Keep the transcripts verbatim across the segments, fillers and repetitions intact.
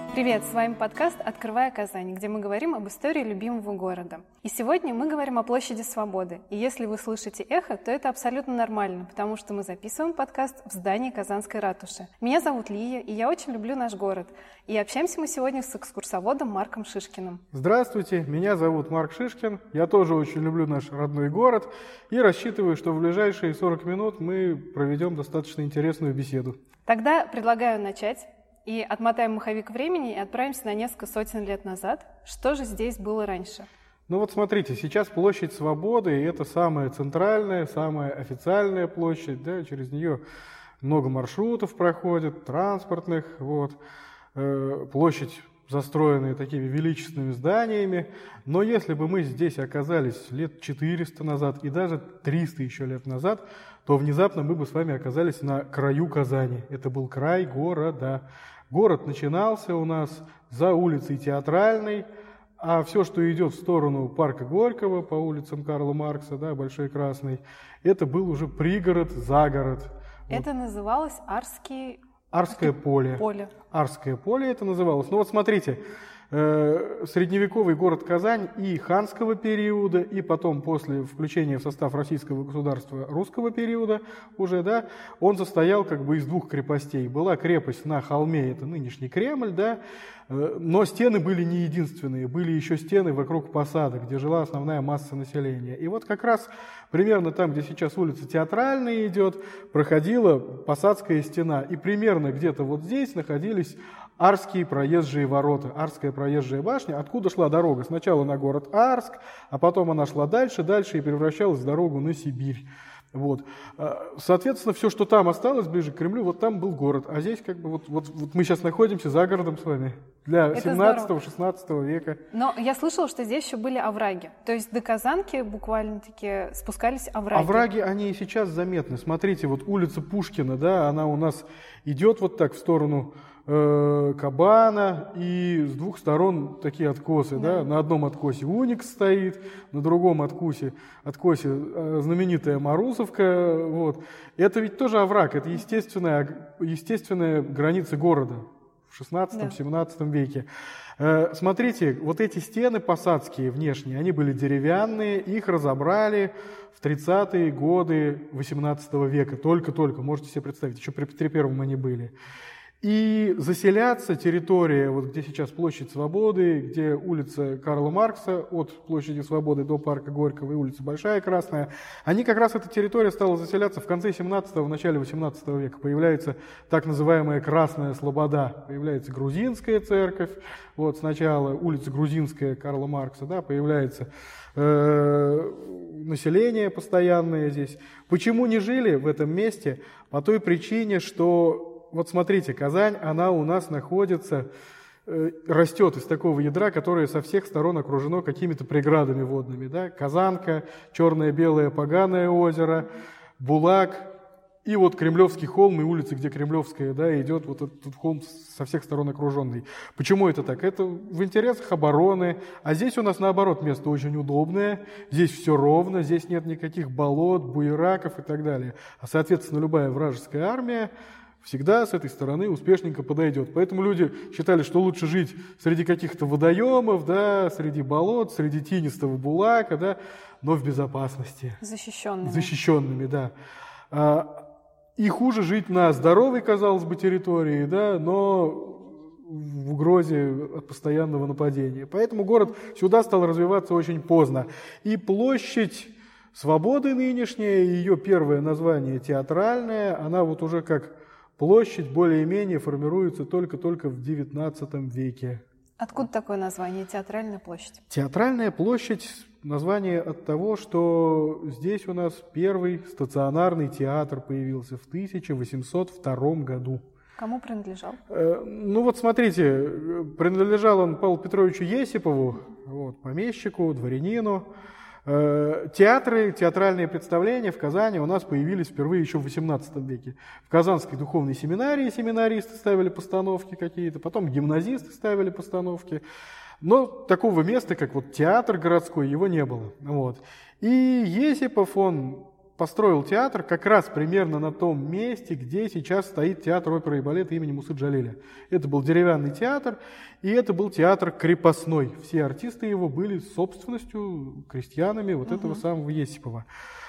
Привет, с вами подкаст «Открывая Казань», где мы говорим об истории любимого города. И сегодня мы говорим о площади Свободы. И если вы слышите эхо, то это абсолютно нормально, потому что мы записываем подкаст в здании Казанской ратуши. Меня зовут Лия, и я очень люблю наш город. И общаемся мы сегодня с экскурсоводом Марком Шишкиным. Здравствуйте, меня зовут Марк Шишкин. Я тоже очень люблю наш родной город и рассчитываю, что в ближайшие сорок минут мы проведем достаточно интересную беседу. Тогда предлагаю начать. И отмотаем маховик времени и отправимся на несколько сотен лет назад. Что же здесь было раньше? Ну вот смотрите, сейчас площадь Свободы, и это самая центральная, самая официальная площадь, да, через нее много маршрутов проходит, транспортных, вот. Э, площадь застроенная такими величественными зданиями, но если бы мы здесь оказались лет четыреста назад и даже триста еще лет назад, то внезапно мы бы с вами оказались на краю Казани. Это был край города. Город начинался у нас за улицей Театральной, а все, что идет в сторону парка Горького по улицам Карла Маркса, да, Большой Красной, это был уже пригород, загород. Это вот. Называлось Арский... Арское поле. поле. Арское поле это называлось. Ну вот смотрите, э, средневековый город Казань и ханского периода, и потом после включения в состав российского государства русского периода уже, да, он состоял как бы из двух крепостей. Была крепость на холме, это нынешний Кремль, да, э, но стены были не единственные, были еще стены вокруг посада, где жила основная масса населения. И вот как раз примерно там, где сейчас улица Театральная идет, проходила Посадская стена, и примерно где-то вот здесь находились Арские проезжие ворота, Арская проезжая башня, откуда шла дорога. Сначала на город Арск, а потом она шла дальше, дальше и превращалась в дорогу на Сибирь. Вот. Соответственно, все, что там осталось ближе к Кремлю, вот там был город. А здесь как бы вот, вот, вот мы сейчас находимся за городом с вами для семнадцатого-шестнадцатого века. Но я слышала, что здесь еще были овраги. То есть до Казанки буквально-таки спускались овраги. Овраги, они и сейчас заметны. Смотрите, вот улица Пушкина, да, она у нас идет вот так в сторону э, Кабана, и с двух сторон такие откосы, да. Да? На одном откосе Уникс стоит, на другом откосе, откосе э, знаменитая Марусовка. Вот. Это ведь тоже овраг, это естественная, естественная граница города в шестнадцатом-семнадцатом веке. Э, смотрите, вот эти стены посадские внешние, они были деревянные, их разобрали в тридцатые годы восемнадцатого века, только-только, можете себе представить, еще при Петре Первом они были. И заселяться территория, вот где сейчас площадь Свободы, где улица Карла Маркса от площади Свободы до парка Горького и улица Большая Красная, они как раз, эта территория стала заселяться в конце семнадцатого, в начале восемнадцатого века. Появляется так называемая Красная Слобода, появляется Грузинская церковь, вот сначала улица Грузинская Карла Маркса, да, появляется э, население постоянное здесь. Почему не жили в этом месте? По той причине, что вот смотрите, Казань, она у нас находится, э, растет из такого ядра, которое со всех сторон окружено какими-то преградами водными. Да? Казанка, Черное, Белое, Поганое озеро, Булак и вот Кремлевский холм и улица, где Кремлевская, да, идет вот этот холм со всех сторон окруженный. Почему это так? Это в интересах обороны, а здесь у нас наоборот место очень удобное, здесь все ровно, здесь нет никаких болот, буераков и так далее. А соответственно любая вражеская армия всегда с этой стороны успешненько подойдет. Поэтому люди считали, что лучше жить среди каких-то водоемов, да, среди болот, среди тинистого Булака, да, но в безопасности. Защищенными. Защищенными, да. И хуже жить на здоровой, казалось бы, территории, да, но в угрозе от постоянного нападения. Поэтому город сюда стал развиваться очень поздно. И площадь Свободы нынешняя, ее первое название Театральная, она вот уже как площадь более-менее формируется только-только в девятнадцатом веке. Откуда такое название «Театральная площадь»? Театральная площадь – название от того, что здесь у нас первый стационарный театр появился в тысяча восемьсот втором году. Кому принадлежал? Э, ну вот смотрите, принадлежал он Павлу Петровичу Есипову, вот, помещику, дворянину. Театры, театральные представления в Казани у нас появились впервые еще в восемнадцатом веке. В Казанской духовной семинарии семинаристы ставили постановки какие-то, потом гимназисты ставили постановки. Но такого места, как вот театр городской, его не было. Вот. И Есипов, он построил театр как раз примерно на том месте, где сейчас стоит театр оперы и балета имени Мусы Джалиля. Это был деревянный театр, и это был театр крепостной. Все артисты его были собственностью, крестьянами вот uh-huh. этого самого Есипова.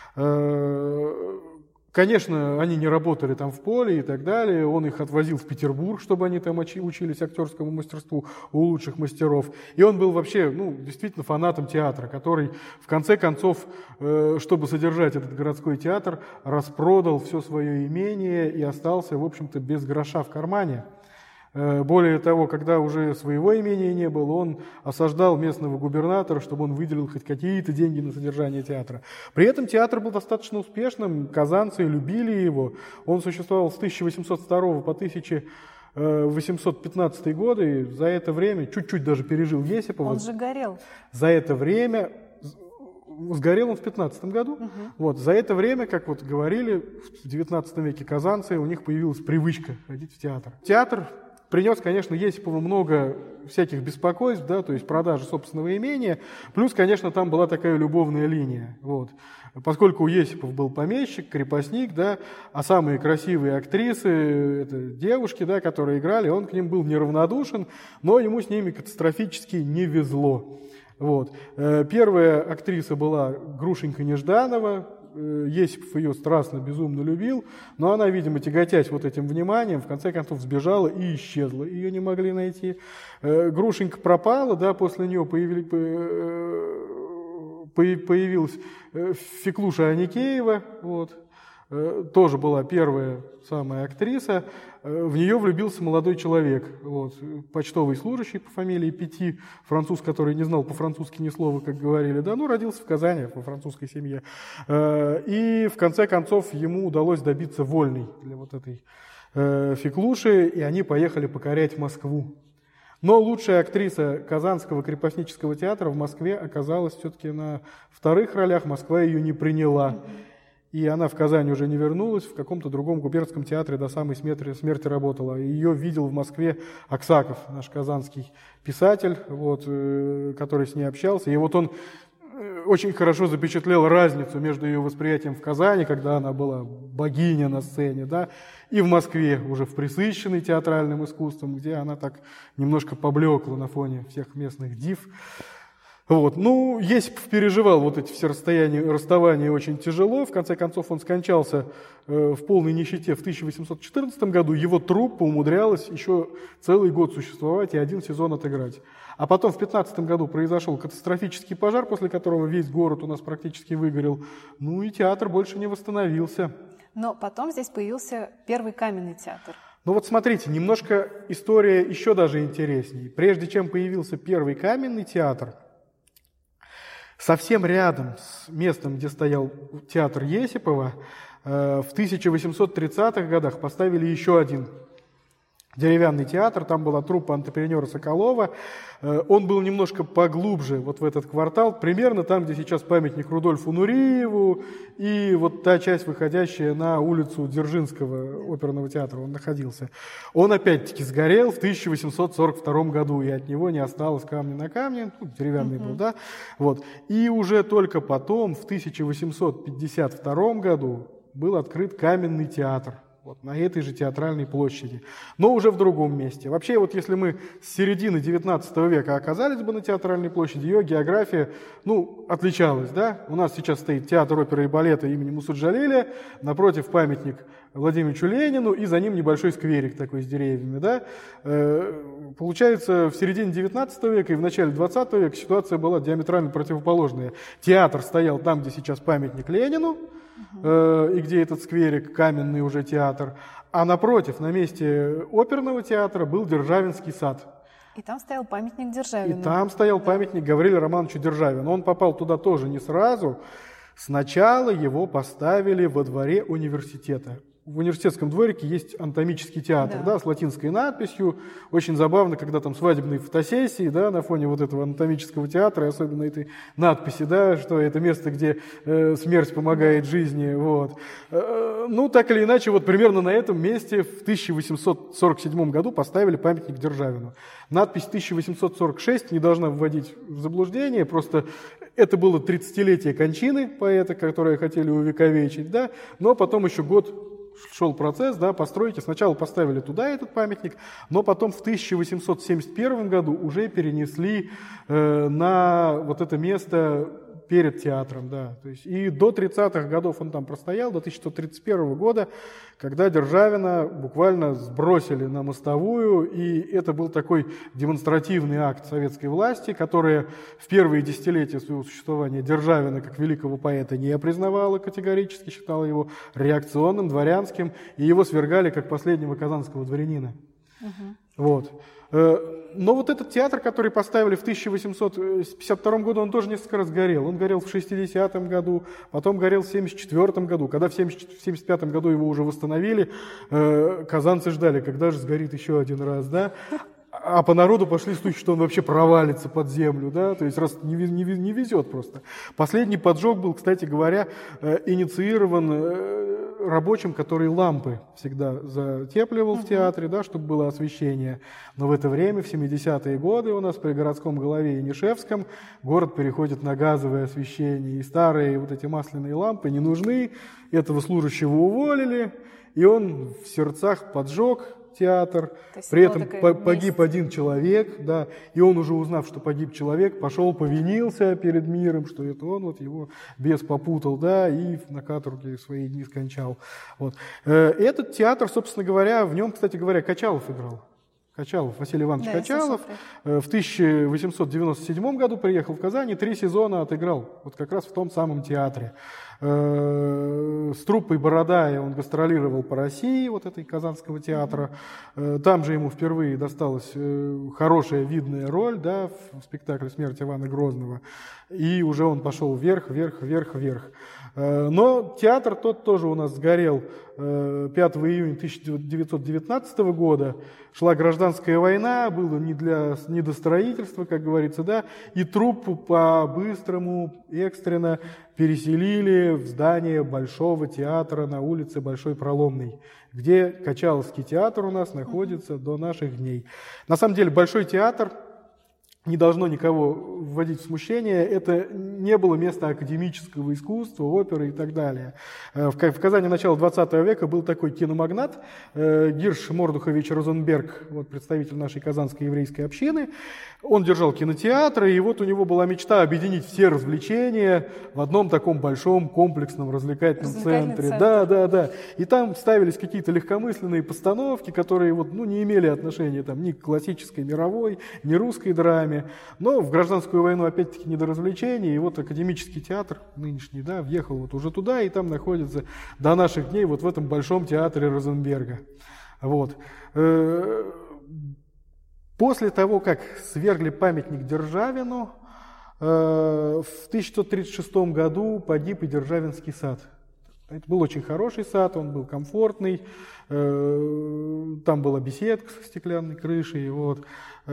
Конечно, они не работали там в поле и так далее. Он их отвозил в Петербург, чтобы они там учились актерскому мастерству у лучших мастеров. И он был вообще, ну, действительно фанатом театра, который, в конце концов, чтобы содержать этот городской театр, распродал все свое имение и остался, в общем-то, без гроша в кармане. Более того, когда уже своего имения не было, он осаждал местного губернатора, чтобы он выделил хоть какие-то деньги на содержание театра. При этом театр был достаточно успешным, казанцы любили его. Он существовал с тысяча восемьсот второго по тысяча восемьсот пятнадцатый годы, и за это время чуть-чуть даже пережил Есипова. Он же горел. За это время... Сгорел он в пятнадцатом году. Uh-huh. Вот, за это время, как вот говорили, в девятнадцатом веке казанцы, у них появилась привычка ходить в театр. Театр принес, конечно, Есипову много всяких беспокойств, да, то есть продажи собственного имения. Плюс, конечно, там была такая любовная линия. Вот. Поскольку у Есипов был помещик, крепостник, да, а самые красивые актрисы, это девушки, да, которые играли, он к ним был неравнодушен, но ему с ними катастрофически не везло. Вот. Первая актриса была Грушенька Нежданова. Есипов ее страстно, безумно любил, но она, видимо, тяготясь вот этим вниманием, в конце концов сбежала и исчезла. Ее не могли найти. Грушенька пропала, да, после нее появились, появилась Феклуша Аникеева, вот. Тоже была первая самая актриса. В нее влюбился молодой человек, вот, почтовый служащий по фамилии Пети, француз, который не знал по-французски ни слова, как говорили, да, ну, родился в Казани, по французской семье. И в конце концов ему удалось добиться вольной для вот этой Феклуши, и они поехали покорять Москву. Но лучшая актриса Казанского крепостнического театра в Москве оказалась все-таки на вторых ролях, Москва ее не приняла. И она в Казани уже не вернулась, в каком-то другом губернском театре до самой смерти, смерти работала. Ее видел в Москве Аксаков, наш казанский писатель, вот, который с ней общался. И вот он очень хорошо запечатлел разницу между ее восприятием в Казани, когда она была богиня на сцене, да, и в Москве, уже в пресыщенной театральным искусством, где она так немножко поблекла на фоне всех местных див. Вот. Ну, Есипов переживал вот эти все расстояния, расставания очень тяжело. В конце концов, он скончался э, в полной нищете в тысяча восемьсот четырнадцатом году. Его труппа умудрялась еще целый год существовать и один сезон отыграть. А потом в пятнадцатом году произошел катастрофический пожар, после которого весь город у нас практически выгорел. Ну и театр больше не восстановился. Но потом здесь появился первый каменный театр. Ну вот смотрите, немножко история еще даже интереснее. Прежде чем появился первый каменный театр, совсем рядом с местом, где стоял театр Есипова, в тысяча восемьсот тридцатых годах поставили еще один деревянный театр. Там была труппа антрепренера Соколова. Он был немножко поглубже вот в этот квартал, примерно там, где сейчас памятник Рудольфу Нуриеву и вот та часть, выходящая на улицу Дзержинского оперного театра, он находился. Он опять-таки сгорел в тысяча восемьсот сорок втором году, и от него не осталось камня на камне, ну, деревянный uh-huh. был, да. Вот. И уже только потом, в тысяча восемьсот пятьдесят втором году, был открыт каменный театр. Вот, на этой же театральной площади, но уже в другом месте. Вообще, вот если мы с середины девятнадцатого века оказались бы на театральной площади, ее география, ну, отличалась, да? У нас сейчас стоит театр оперы и балета имени Мусы Джалиля, напротив памятник Владимиру Ленину, и за ним небольшой скверик такой с деревьями, да? Э, получается, в середине девятнадцатого века и в начале двадцатого века ситуация была диаметрально противоположная. Театр стоял там, где сейчас памятник Ленину, Uh-huh. и где этот скверик, каменный уже театр. А напротив, на месте оперного театра был Державинский сад. И там стоял памятник Державину. И там стоял да. памятник Гаврилу Романовичу Державину. Он попал туда тоже не сразу. Сначала его поставили во дворе университета. в университетском дворике есть анатомический театр, да. Да, с латинской надписью. Очень забавно, когда там свадебные фотосессии, да, на фоне вот этого анатомического театра, особенно этой надписи, да, что это место, где э, смерть помогает жизни. Вот. Э, ну, так или иначе, вот примерно на этом месте в тысяча восемьсот сорок седьмом году поставили памятник Державину. Надпись тысяча восемьсот сорок шесть не должна вводить в заблуждение, просто это было тридцатилетие кончины поэта, которое хотели увековечить, да, но потом еще год шел процесс, да, постройки. Сначала поставили туда этот памятник, но потом в тысяча восемьсот семьдесят первом году уже перенесли э, на вот это место перед театром, да. То есть, и до тридцатых годов он там простоял, до тысяча девятьсот тридцать первого года, когда Державина буквально сбросили на мостовую, и это был такой демонстративный акт советской власти, которая в первые десятилетия своего существования Державина как великого поэта не признавала категорически, считала его реакционным, дворянским, и его свергали как последнего казанского дворянина. Угу. Вот. Но вот этот театр, который поставили в тысяча восемьсот пятьдесят втором году, он тоже несколько раз горел. Он горел в шестидесятом году, потом горел в семьдесят четвёртом году. Когда в семьдесят пятом году его уже восстановили, казанцы ждали, когда же сгорит еще один раз, да? А по народу пошли слухи, что он вообще провалится под землю, да, то есть раз не, не, не везет просто. Последний поджог был, кстати говоря, инициирован рабочим, который лампы всегда затепливал в театре, да, чтобы было освещение. Но в это время, в семидесятые годы, у нас при городском голове Янишевском город переходит на газовое освещение, и старые вот эти масляные лампы не нужны, этого служащего уволили, и он в сердцах поджег театр, при этом погиб месть. Один человек, да, и он уже узнав, что погиб человек, пошел, повинился перед миром, что это он, вот его бес попутал, да, и на каторге свои дни скончал. Вот. Этот театр, собственно говоря, в нем, кстати говоря, Качалов играл. Качалов, Василий Иванович да, Качалов в тысяча восемьсот девяносто седьмом году приехал в Казань и три сезона отыграл, вот как раз в том самом театре. С труппой Бородая он гастролировал по России, вот этой Казанского театра. Там же ему впервые досталась хорошая видная роль, да, в спектакле «Смерть Ивана Грозного». И уже он пошел вверх, вверх, вверх, вверх. Но театр тот тоже у нас сгорел пятого июня тысяча девятьсот девятнадцатого года. Шла гражданская война, было не для недостроительства, как говорится, да, и труппу по-быстрому, экстренно переселили в здание Большого театра на улице Большой Проломной, где Качаловский театр у нас находится до наших дней. На самом деле Большой театр не должно никого вводить в смущение. Это не было место академического искусства, оперы и так далее. В Казани начала двадцатого века был такой киномагнат Гирш Мордухович Розенберг, вот представитель нашей казанской еврейской общины. Он держал кинотеатры, и вот у него была мечта объединить все развлечения в одном таком большом комплексном развлекательном центре. Центр. Да, да, да. И там ставились какие-то легкомысленные постановки, которые вот, ну, не имели отношения там, ни к классической мировой, ни русской драме. Но в гражданскую войну опять-таки не до развлечений. И вот академический театр нынешний, да, въехал вот уже туда, и там находится до наших дней вот в этом большом театре Розенберга. Вот. После того, как свергли памятник Державину, в тысяча девятьсот тридцать шестом году погиб и Державинский сад. Это был очень хороший сад, он был комфортный, там была беседка с стеклянной крышей, вот.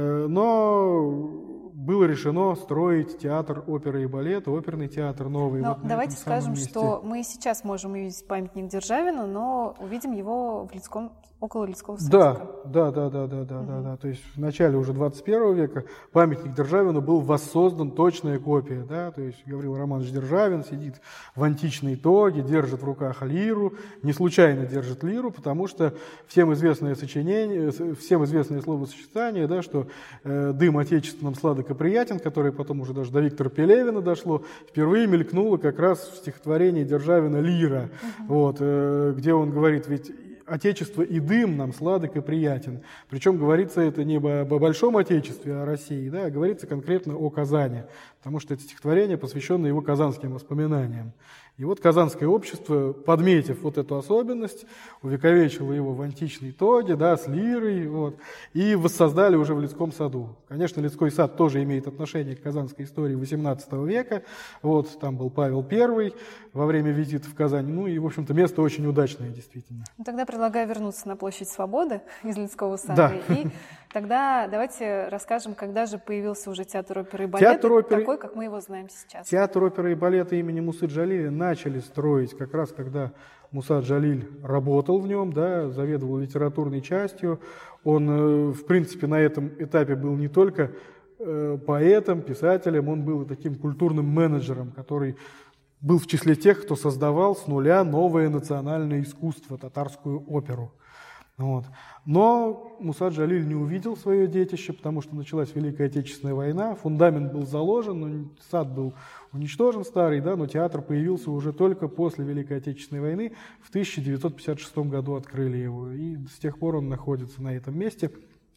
Но было решено строить театр оперы и балета, оперный театр новый. Но вот давайте скажем, что мы сейчас можем увидеть памятник Державину, но увидим его в Людском, около Людского садика. Да, да, да, да, да, да, угу. да, да. То есть в начале уже двадцать первого века памятник Державину был воссоздан, точная копия, да, то есть Гаврил Романович Державин сидит в античной тоге, держит в руках лиру, не случайно держит лиру, потому что всем известное сочинение, всем известное словосочетание, да, что э, дым отечественным сладок и приятен, которое потом уже даже до Виктора Пелевина дошло, впервые мелькнуло как раз в стихотворении Державина «Лира», угу. вот, э, где он говорит, ведь Отечество и дым нам сладок и приятен. Причем говорится это не о большом Отечестве, а о России, да, а говорится конкретно о Казани, потому что это стихотворение посвящено его казанским воспоминаниям. И вот Казанское общество, подметив вот эту особенность, увековечило его в античной тоге, да, с лирой, вот, и воссоздали уже в Лидском саду. Конечно, Лидской сад тоже имеет отношение к казанской истории восемнадцатого века. Вот, там был Павел Первый во время визита в Казань. Ну и, в общем-то, место очень удачное, действительно. Тогда предлагаю вернуться на площадь Свободы из Лидского сада. Да. И тогда давайте расскажем, когда же появился уже театр оперы и балета, Театр оперы... такой, как мы его знаем сейчас. Театр оперы и балета имени Мусы Джалиля начали строить как раз, когда Муса Джалиль работал в нем, да, заведовал литературной частью. Он, в принципе, на этом этапе был не только поэтом, писателем, он был и таким культурным менеджером, который был в числе тех, кто создавал с нуля новое национальное искусство, татарскую оперу. Вот. Но Муса Джалиль не увидел свое детище, потому что началась Великая Отечественная война, фундамент был заложен, но сад был уничтожен старый, да, но театр появился уже только после Великой Отечественной войны, в тысяча девятьсот пятьдесят шестом году открыли его, и с тех пор он находится на этом месте.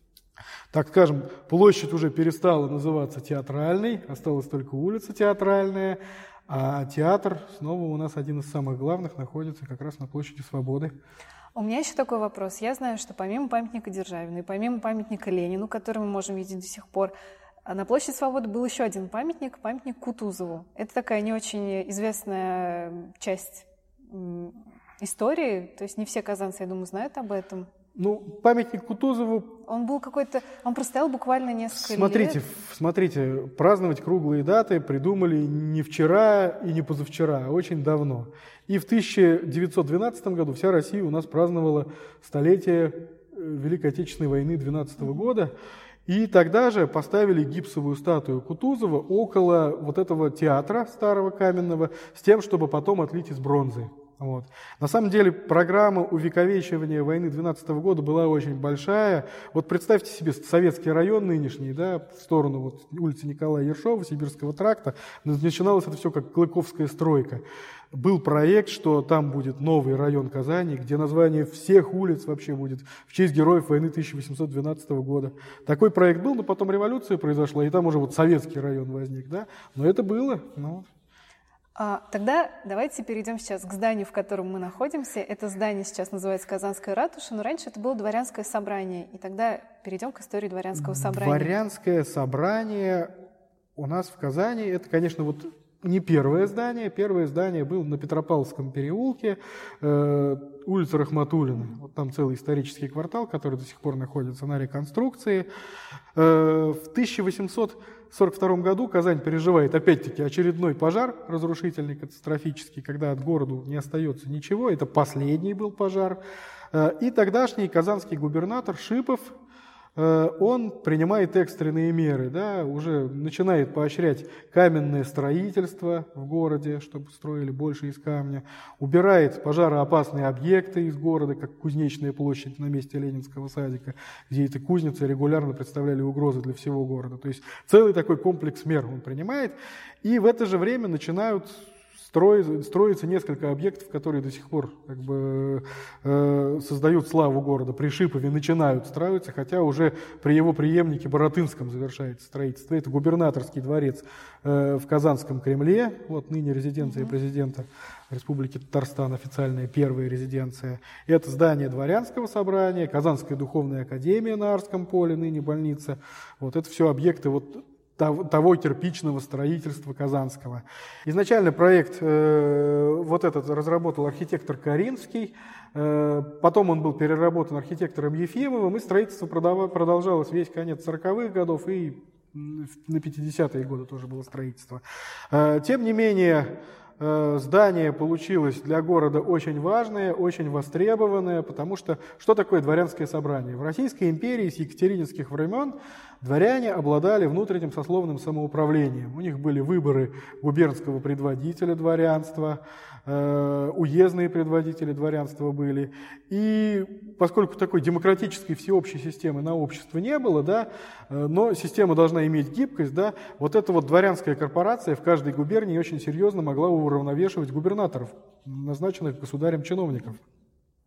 Так скажем, площадь уже перестала называться Театральной, осталась только улица Театральная, а театр снова у нас один из самых главных находится как раз на площади Свободы. У меня еще такой вопрос. Я знаю, что помимо памятника Державину и помимо памятника Ленину, который мы можем видеть до сих пор, на площади Свободы был еще один памятник, памятник Кутузову. Это такая не очень известная часть истории, то есть не все казанцы, я думаю, знают об этом. Ну, памятник Кутузову... Он был какой-то... Он простоял буквально несколько смотрите, лет. Смотрите, праздновать круглые даты придумали не вчера и не позавчера, а очень давно. И в тысяча девятьсот двенадцатом году вся Россия у нас праздновала столетие Великой Отечественной войны двенадцатого года. И тогда же поставили гипсовую статую Кутузова около вот этого театра старого каменного с тем, чтобы потом отлить из бронзы. Вот. На самом деле программа увековечивания войны двенадцатого года была очень большая. Вот представьте себе советский район нынешний, да, в сторону вот улицы Николая Ершова, Сибирского тракта. Начиналось это все как Клыковская стройка. Был проект, что там будет новый район Казани, где название всех улиц вообще будет в честь героев войны тысяча восемьсот двенадцатого года. Такой проект был, но потом революция произошла, и там уже вот советский район возник, да. Но это было, ну... А, тогда давайте перейдем сейчас к зданию, в котором мы находимся. Это здание сейчас называется Казанская ратуша, но раньше это было дворянское собрание. И тогда перейдем к истории дворянского собрания. Дворянское собрание у нас в Казани, это, конечно, вот не первое здание. Первое здание было на Петропавловском переулке, э, улица Рахматуллина. Вот там целый исторический квартал, который до сих пор находится на реконструкции. Э, в тысяча восемьсот сорок втором году Казань переживает опять-таки очередной пожар, разрушительный, катастрофический, когда от города не остается ничего. Это последний был пожар. И тогдашний казанский губернатор Шипов, он принимает экстренные меры, да, уже начинает поощрять каменное строительство в городе, чтобы строили больше из камня, убирает пожароопасные объекты из города, как Кузнечная площадь на месте Ленинского садика, где эти кузницы регулярно представляли угрозы для всего города. То есть целый такой комплекс мер он принимает, и в это же время начинают строится, строится несколько объектов, которые до сих пор как бы, э, создают славу города. При Шипове начинают строиться, хотя уже при его преемнике Баратынском завершается строительство. Это губернаторский дворец э, в Казанском Кремле, вот ныне резиденция президента Республики Татарстан, официальная первая резиденция. Это здание дворянского собрания, Казанская духовная академия на Арском поле, ныне больница. Вот это все объекты вот того кирпичного строительства казанского. Изначально проект э, вот этот разработал архитектор Каринский, э, потом он был переработан архитектором Ефимовым, и строительство продолжалось весь конец сороковых годов, и на пятидесятые годы тоже было строительство. Э, тем не менее, э, здание получилось для города очень важное, очень востребованное, потому что что такое дворянское собрание? В Российской империи с екатерининских времен дворяне обладали внутренним сословным самоуправлением. У них были выборы губернского предводителя дворянства, э, уездные предводители дворянства были. И поскольку такой демократической всеобщей системы на общество не было, да, э, но система должна иметь гибкость, да, вот эта вот дворянская корпорация в каждой губернии очень серьезно могла уравновешивать губернаторов, назначенных государем чиновников.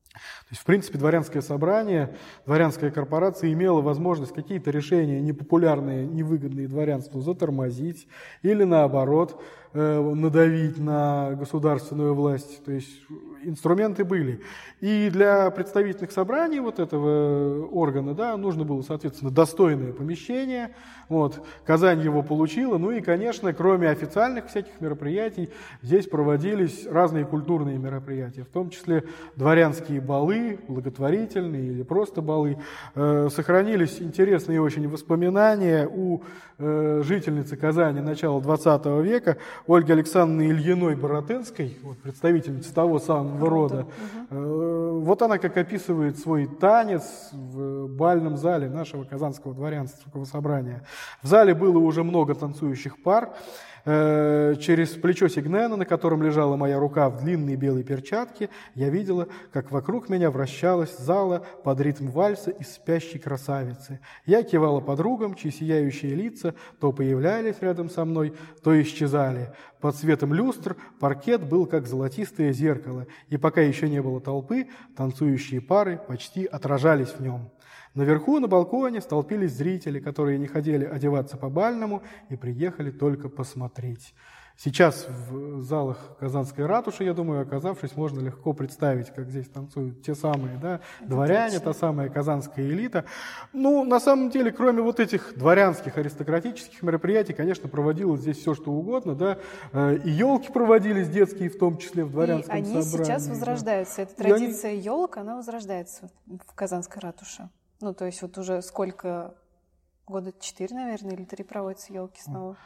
То есть, в принципе, дворянское собрание, дворянская корпорация имела возможность какие-то решения непопулярные, невыгодные дворянству затормозить или, наоборот, надавить на государственную власть. То есть инструменты были. И для представительных собраний вот этого органа, да, нужно было, соответственно, достойное помещение. Вот. Казань его получила. Ну и, конечно, кроме официальных всяких мероприятий, здесь проводились разные культурные мероприятия, в том числе дворянские балы, благотворительные или просто балы. Э, сохранились интересные очень воспоминания у э, жительницы Казани начала двадцатого века Ольги Александровны Ильиной-Баратынской, вот, представительницы того самого рода. Угу. Э, вот она как описывает свой танец в бальном зале нашего Казанского дворянского собрания. В зале было уже много танцующих пар. Через плечо сигнена, на котором лежала моя рука в длинной белой перчатке, я видела, как вокруг меня вращалась зала под ритм вальса из спящей красавицы. Я кивала подругам, чьи сияющие лица то появлялись рядом со мной, то исчезали. Под светом люстр паркет был как золотистое зеркало, и пока еще не было толпы, танцующие пары почти отражались в нем. Наверху, на балконе, столпились зрители, которые не хотели одеваться по-бальному и приехали только посмотреть. Сейчас в залах Казанской ратуши, я думаю, оказавшись, можно легко представить, как здесь танцуют те самые, да, дворяне, та самая казанская элита. Ну, на самом деле, кроме вот этих дворянских, аристократических мероприятий, конечно, проводилось здесь все, что угодно, да, и елки проводились детские, в том числе в дворянском собрании. И они сейчас возрождаются. Да. Эта традиция они... елок, она возрождается в Казанской ратуше. Ну, то есть вот уже сколько, года четыре, наверное, или три проводятся елки снова?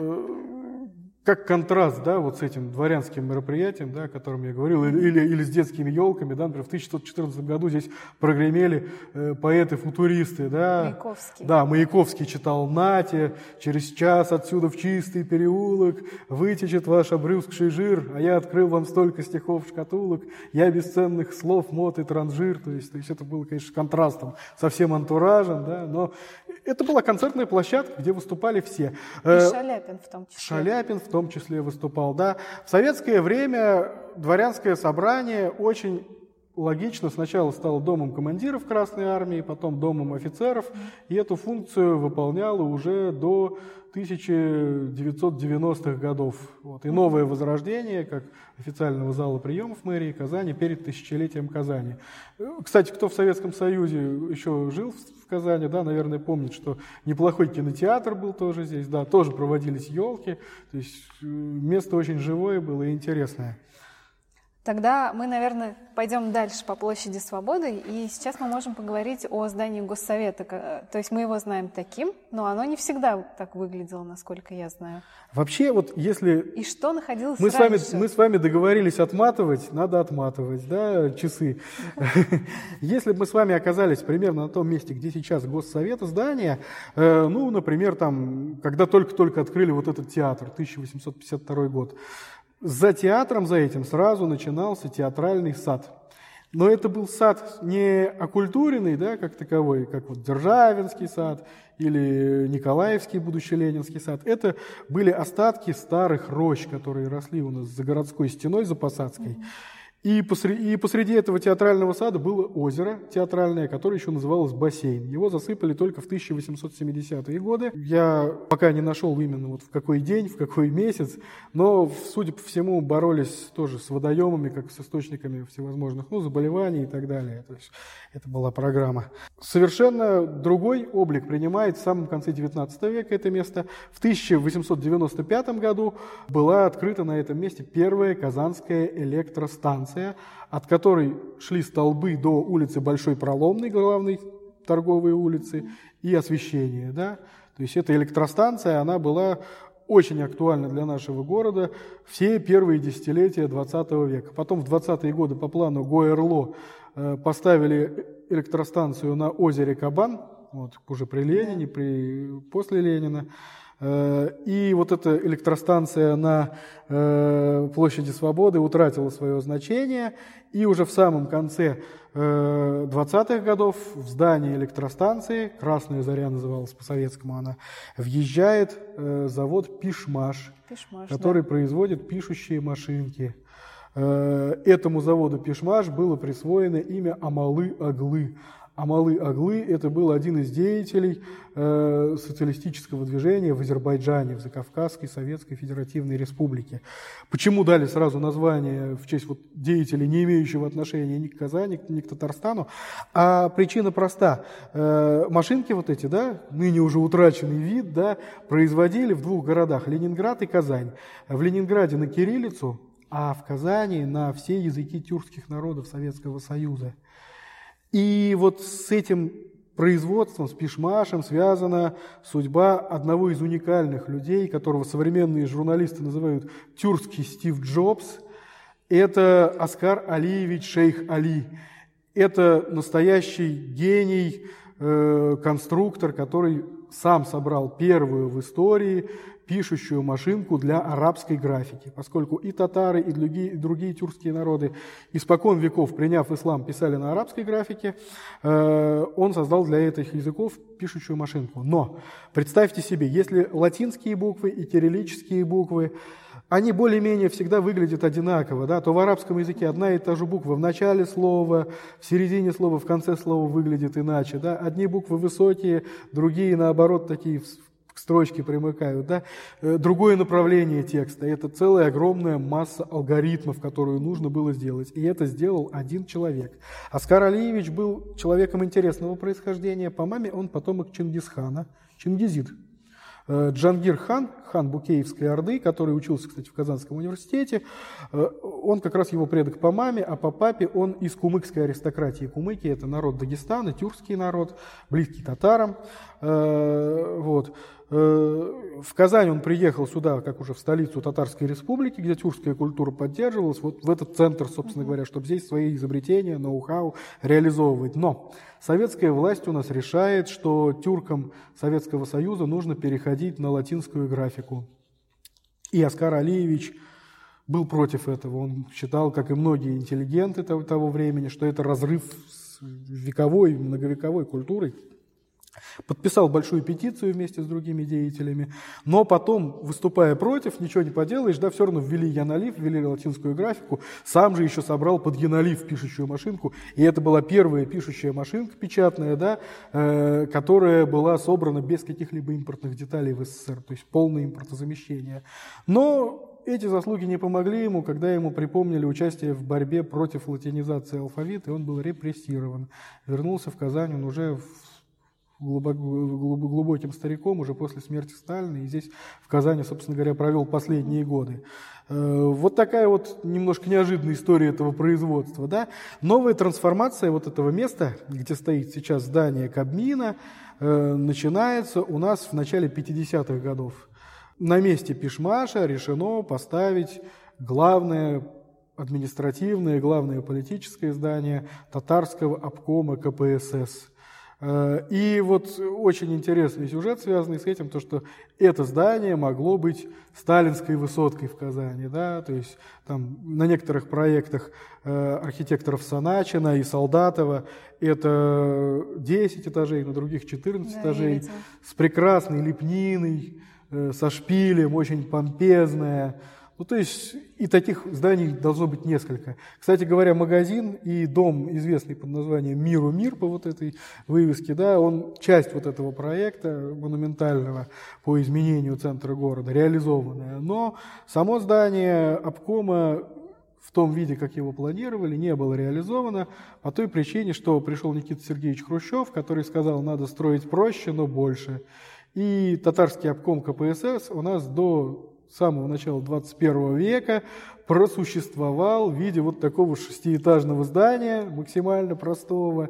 Как контраст, да, вот с этим дворянским мероприятием, да, о котором я говорил, или, или, или с детскими елками, да, например, в тысяча девятьсот четырнадцатом году здесь прогремели э, поэты-футуристы, да. Маяковский. Да, Маяковский читал «Нате», «Через час отсюда в чистый переулок вытечет ваш обрюзгший жир, а я открыл вам столько стихов шкатулок, я бесценных слов мод и транжир». То есть, то есть это было, конечно, контрастом со всем антуражем, да, но это была концертная площадка, где выступали все. И Шаляпин в том числе. Шаляпин в том числе выступал, да. В советское время дворянское собрание очень логично сначала стало домом командиров Красной Армии, потом домом офицеров, и эту функцию выполняло уже до тысяча девятьсот девяностых годов. Вот. И новое возрождение, как официального зала приемов мэрии Казани перед тысячелетием Казани. Кстати, кто в Советском Союзе еще жил в Казани, да, наверное, помнит, что неплохой кинотеатр был тоже здесь, да, тоже проводились елки, то есть место очень живое было и интересное. Тогда мы, наверное, пойдем дальше по площади Свободы, и сейчас мы можем поговорить о здании Госсовета. То есть мы его знаем таким, но оно не всегда так выглядело, насколько я знаю. Вообще, вот если... И что находилось мы раньше? С вами, мы с вами договорились отматывать, надо отматывать, да, часы. Если бы мы с вами оказались примерно на том месте, где сейчас Госсовет, здание, ну, например, там, когда только-только открыли вот этот театр, тысяча восемьсот пятьдесят второй год, за театром, за этим сразу начинался театральный сад. Но это был сад не окультуренный, да, как таковой, как вот Державинский сад или Николаевский будущий Ленинский сад. Это были остатки старых рощ, которые росли у нас за городской стеной, за Посадской. И посреди, и посреди этого театрального сада было озеро театральное, которое еще называлось бассейн. Его засыпали только в тысяча восемьсот семидесятые годы. Я пока не нашел именно вот в какой день, в какой месяц, но, судя по всему, боролись тоже с водоемами, как с источниками всевозможных, ну, заболеваний и так далее. То есть это была программа. Совершенно другой облик принимает в самом конце девятнадцатого века это место. В тысяча восемьсот девяносто пятом году была открыта на этом месте первая Казанская электростанция, от которой шли столбы до улицы Большой Проломной, главной торговой улицы, и освещение. Да? То есть эта электростанция, она была очень актуальна для нашего города все первые десятилетия двадцатого века. Потом в двадцатые годы по плану Гоэрло поставили электростанцию на озере Кабан, вот, уже при Ленине, при, после Ленина. И вот эта электростанция на э, площади Свободы утратила свое значение, и уже в самом конце э, двадцатых годов в здание электростанции, «Красная заря» называлась по-советскому она, въезжает э, завод «Пишмаш», Пишмаш, который да. производит пишущие машинки. Этому заводу Пишмаш было присвоено имя Амалы-Аглы. Амалы-Аглы – это был один из деятелей э, социалистического движения в Азербайджане, в Закавказской Советской Федеративной Республике. Почему дали сразу название в честь вот деятелей, не имеющего отношения ни к Казани, ни к Татарстану? А причина проста. Э, машинки вот эти, да, ныне уже утраченный вид, да, производили в двух городах – Ленинград и Казань. В Ленинграде на кириллицу, а в Казани на все языки тюркских народов Советского Союза. И вот с этим производством, с Пишмашем связана судьба одного из уникальных людей, которого современные журналисты называют тюркский Стив Джобс. Это Оскар Алиевич Шейх Али. Это настоящий гений, э, конструктор, который сам собрал первую в истории пишущую машинку для арабской графики, поскольку и татары, и другие, и другие тюркские народы, испокон веков, приняв ислам, писали на арабской графике, э, он создал для этих языков пишущую машинку. Но представьте себе, если латинские буквы и кириллические буквы, они более-менее всегда выглядят одинаково, да, то в арабском языке одна и та же буква в начале слова, в середине слова, в конце слова выглядит иначе. Да. Одни буквы высокие, другие, наоборот, такие к строчке примыкают, да. Другое направление текста – это целая огромная масса алгоритмов, которую нужно было сделать. И это сделал один человек. Оскар Алиевич был человеком интересного происхождения. По маме он потомок Чингисхана, чингизид. Джангир хан, хан Букеевской Орды, который учился, кстати, в Казанском университете, он как раз его предок по маме, а по папе он из кумыкской аристократии. Кумыки – это народ Дагестана, тюркский народ, близкий татарам. Вот. В Казань он приехал сюда, как уже в столицу Татарской Республики, где тюркская культура поддерживалась, вот в этот центр, собственно говоря, чтобы здесь свои изобретения, ноу-хау реализовывать. Но советская власть у нас решает, что тюркам Советского Союза нужно переходить на латинскую графику. И Оскар Алиевич был против этого. Он считал, как и многие интеллигенты того времени, что это разрыв с вековой, многовековой культурой. Подписал большую петицию вместе с другими деятелями, но потом, выступая против, ничего не поделаешь, да, все равно ввели янолив, ввели латинскую графику, сам же еще собрал под янолив пишущую машинку, и это была первая пишущая машинка печатная, да, э, которая была собрана без каких-либо импортных деталей в СССР, то есть полное импортозамещение. Но эти заслуги не помогли ему, когда ему припомнили участие в борьбе против латинизации алфавита, и он был репрессирован. Вернулся в Казань, он уже в глубоким стариком уже после смерти Сталина, и здесь в Казани, собственно говоря, провел последние годы. Вот такая вот немножко неожиданная история этого производства. Да? Новая трансформация вот этого места, где стоит сейчас здание Кабмина, начинается у нас в начале пятидесятых годов. На месте Пишмаша решено поставить главное административное, главное политическое здание татарского обкома ка пэ эс эс. И вот очень интересный сюжет, связанный с этим, то, что это здание могло быть сталинской высоткой в Казани. Да? То есть там на некоторых проектах э, архитекторов Саначина и Солдатова это десять этажей, на других четырнадцать да, этажей, с прекрасной лепниной, э, со шпилем, очень помпезная. Ну, то есть и таких зданий должно быть несколько. Кстати говоря, магазин и дом, известный под названием «Миру мир» по вот этой вывеске, да, он часть вот этого проекта монументального по изменению центра города, реализованная. Но само здание обкома в том виде, как его планировали, не было реализовано по той причине, что пришел Никита Сергеевич Хрущев, который сказал, надо строить проще, но больше. И татарский обком ка пэ эс эс у нас до с самого начала двадцать первого века просуществовал в виде вот такого шестиэтажного здания, максимально простого,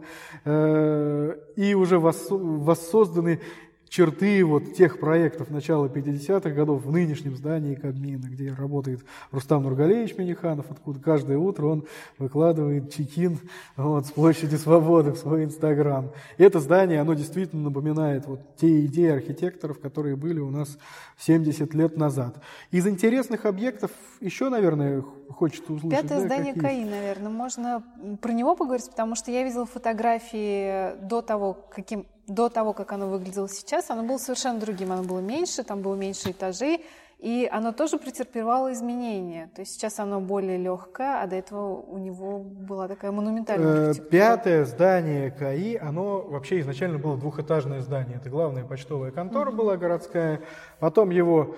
и уже воссозданы черты вот тех проектов начала пятидесятых годов в нынешнем здании Кабмина, где работает Рустам Нургалиевич Минниханов, откуда каждое утро он выкладывает чекин вот, с площади Свободы в свой Инстаграм. Это здание, оно действительно напоминает вот те идеи архитекторов, которые были у нас семьдесят лет назад. Из интересных объектов еще, наверное, хочется услышать. Пятое да, здание КАИ, наверное, можно про него поговорить, потому что я видела фотографии до того, каким до того, как оно выглядело сейчас, оно было совершенно другим. Оно было меньше, там было меньше этажей, И оно тоже претерпевало изменения. То есть сейчас оно более легкое, а до этого у него была такая монументальная архитектура. Пятое здание КАИ, оно вообще изначально было двухэтажное здание. Это главная почтовая контора mm-hmm. была городская. Потом его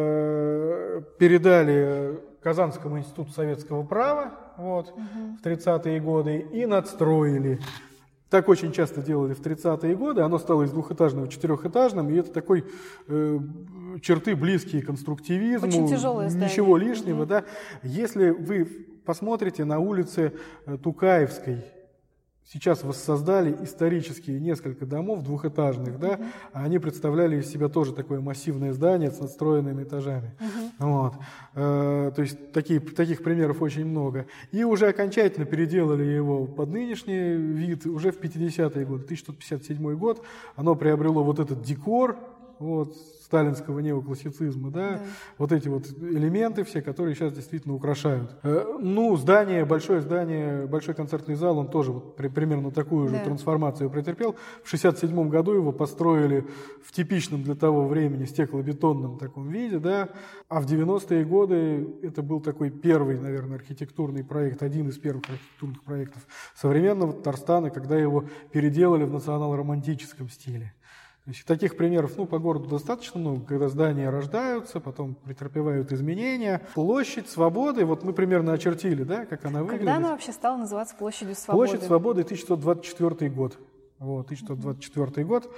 э, передали Казанскому институту советского права вот, mm-hmm. в тридцатые годы и надстроили. Так очень часто делали в тридцатые годы. Оно стало из двухэтажного четырехэтажным, и это такой э, черты близкие к конструктивизму. Очень тяжелое здание. Ничего лишнего. Mm-hmm. Да. Если вы посмотрите на улице Тукаевской, сейчас воссоздали исторические несколько домов двухэтажных, да, uh-huh. а они представляли из себя тоже такое массивное здание с надстроенными этажами. Uh-huh. Вот. Э, то есть такие, таких примеров очень много. И уже окончательно переделали его под нынешний вид уже в пятидесятые годы, тысяча девятьсот пятьдесят седьмой год. Оно приобрело вот этот декор, вот, сталинского неоклассицизма, да, да, вот эти вот элементы все, которые сейчас действительно украшают. Э, ну, здание, большое здание, большой концертный зал, он тоже вот при, примерно такую же да. трансформацию претерпел. В шестьдесят седьмом году его построили в типичном для того времени стеклобетонном таком виде, да, а в девяностые годы это был такой первый, наверное, архитектурный проект, один из первых архитектурных проектов современного Татарстана, когда его переделали в национал-романтическом стиле. То есть таких примеров ну, по городу достаточно много, когда здания рождаются, потом претерпевают изменения. Площадь Свободы, вот мы примерно очертили, да, как она выглядит. Когда она вообще стала называться Площадью Свободы? Площадь Свободы тысяча девятьсот двадцать четвёртый год. Вот, тысяча девятьсот двадцать четвёртый год.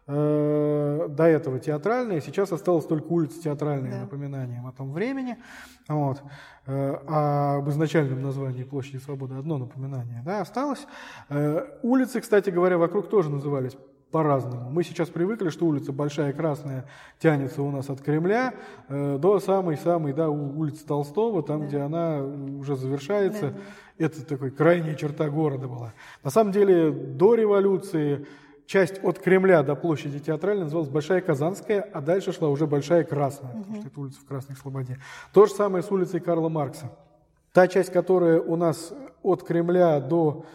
Э, до этого театральная, сейчас осталась только улица Театральная, да. напоминанием о том времени. Вот. Э, а об изначальном названии Площади Свободы одно напоминание да, осталось. Э, улицы, кстати говоря, вокруг тоже назывались по-разному. Мы сейчас привыкли, что улица Большая Красная тянется у нас от Кремля э, до самой-самой да, улицы Толстого, там, да. где она уже завершается. Да. Это такой крайняя черта города была. На самом деле, до революции часть от Кремля до площади Театральной называлась Большая Казанская, а дальше шла уже Большая Красная, угу. потому что это улица в Красной Слободе. То же самое с улицей Карла Маркса. Та часть, которая у нас от Кремля до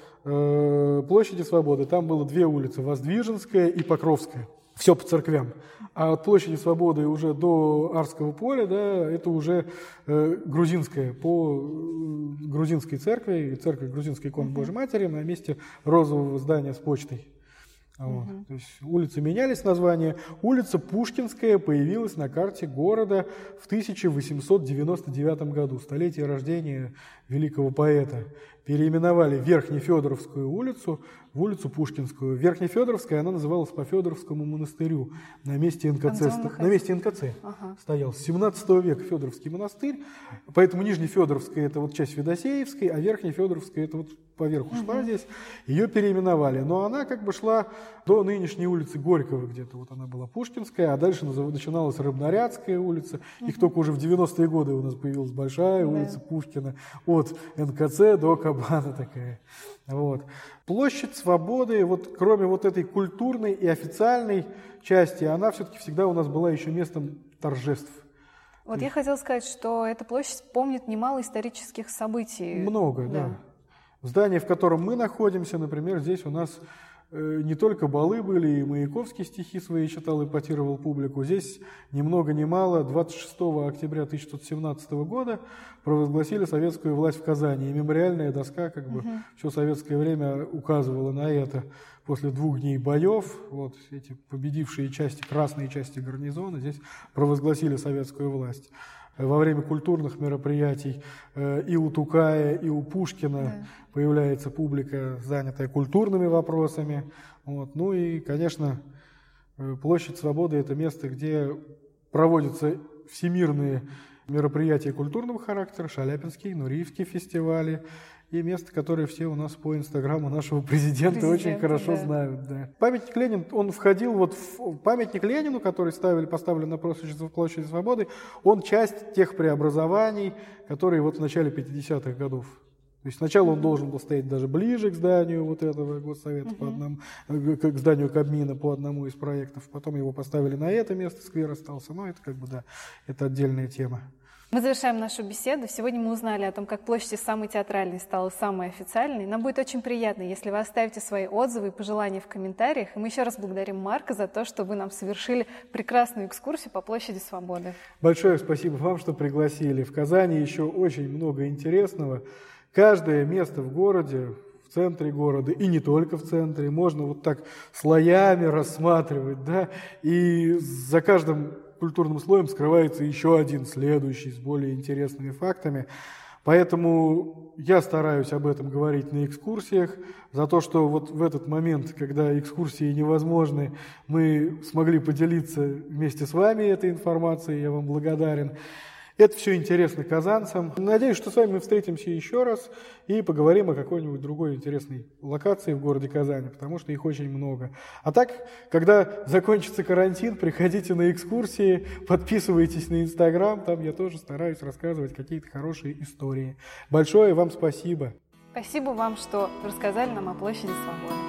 Площади Свободы, там было две улицы, Воздвиженская и Покровская, все по церквям. А от Площади Свободы уже до Арского поля, да, это уже э, грузинская, по э, грузинской церкви, церкви грузинской иконы uh-huh. Божьей Матери на месте розового здания с почтой. Вот. Uh-huh. То есть улицы менялись названия. Улица Пушкинская появилась на карте города в тысяча восемьсот девяносто девятом году, столетие рождения великого поэта. Переименовали Верхнефедоровскую улицу в улицу Пушкинскую. Верхнефедоровская она называлась по Федоровскому монастырю. На месте эн ка цэ, на месте эн ка цэ ага. стоял. С семнадцатого века Федоровский монастырь. Поэтому Нижнефедоровская это вот часть Федосеевской, а Верхнефедоровская это вот поверху угу. шла здесь. Ее переименовали. Но она как бы шла до нынешней улицы Горького где-то. Вот она была Пушкинская, а дальше начиналась Рыбнарядская улица. Угу. Их только уже в девяностые годы у нас появилась большая да. улица Пушкина. От эн ка цэ до Кабана такая. Вот. Площадь Свободы, вот, кроме вот этой культурной и официальной части, она все-таки всегда у нас была еще местом торжеств. Вот То я есть... хотела сказать, что эта площадь помнит немало исторических событий. Много, да. да. В здании, в котором мы находимся, например, здесь у нас э, не только балы были, и Маяковский стихи свои читал, эпатировал публику. Здесь ни много ни мало двадцать шестого октября тысяча девятьсот семнадцатого года провозгласили советскую власть в Казани. И мемориальная доска как бы угу. все советское время указывала на это. После двух дней боев, вот эти победившие части, красные части гарнизона здесь провозгласили советскую власть. Во время культурных мероприятий э, и у Тукая, и у Пушкина да. появляется публика, занятая культурными вопросами. Вот. Ну и, конечно, Площадь Свободы – это место, где проводятся всемирные мероприятия культурного характера, Шаляпинский, Нуриевский фестивали, и место, которое все у нас по инстаграму нашего президента Президент, очень хорошо да. знают. Да. Памятник Ленину, он входил вот в памятник Ленину, который ставили, поставлен на площади Свободы, он часть тех преобразований, которые вот в начале пятидесятых годов. То есть сначала он должен был стоять даже ближе к зданию вот этого Госсовета, uh-huh. по одному, к зданию Кабмина по одному из проектов, потом его поставили на это место, сквер остался, но это как бы да, это отдельная тема. Мы завершаем нашу беседу. Сегодня мы узнали о том, как площадь из самой театральной стала самой официальной. Нам будет очень приятно, если вы оставите свои отзывы и пожелания в комментариях. И мы еще раз благодарим Марка за то, что вы нам совершили прекрасную экскурсию по площади Свободы. Большое спасибо вам, что пригласили. В Казани еще очень много интересного. Каждое место в городе, в центре города, и не только в центре, можно вот так слоями рассматривать, да, и за каждым культурным слоем скрывается еще один следующий с более интересными фактами. Поэтому я стараюсь об этом говорить на экскурсиях, за то, что вот в этот момент, когда экскурсии невозможны, мы смогли поделиться вместе с вами этой информацией, я вам благодарен. Это все интересно казанцам. Надеюсь, что с вами мы встретимся еще раз и поговорим о какой-нибудь другой интересной локации в городе Казани, потому что их очень много. А так, когда закончится карантин, приходите на экскурсии, подписывайтесь на Инстаграм, там я тоже стараюсь рассказывать какие-то хорошие истории. Большое вам спасибо. Спасибо вам, что рассказали нам о площади Свободы.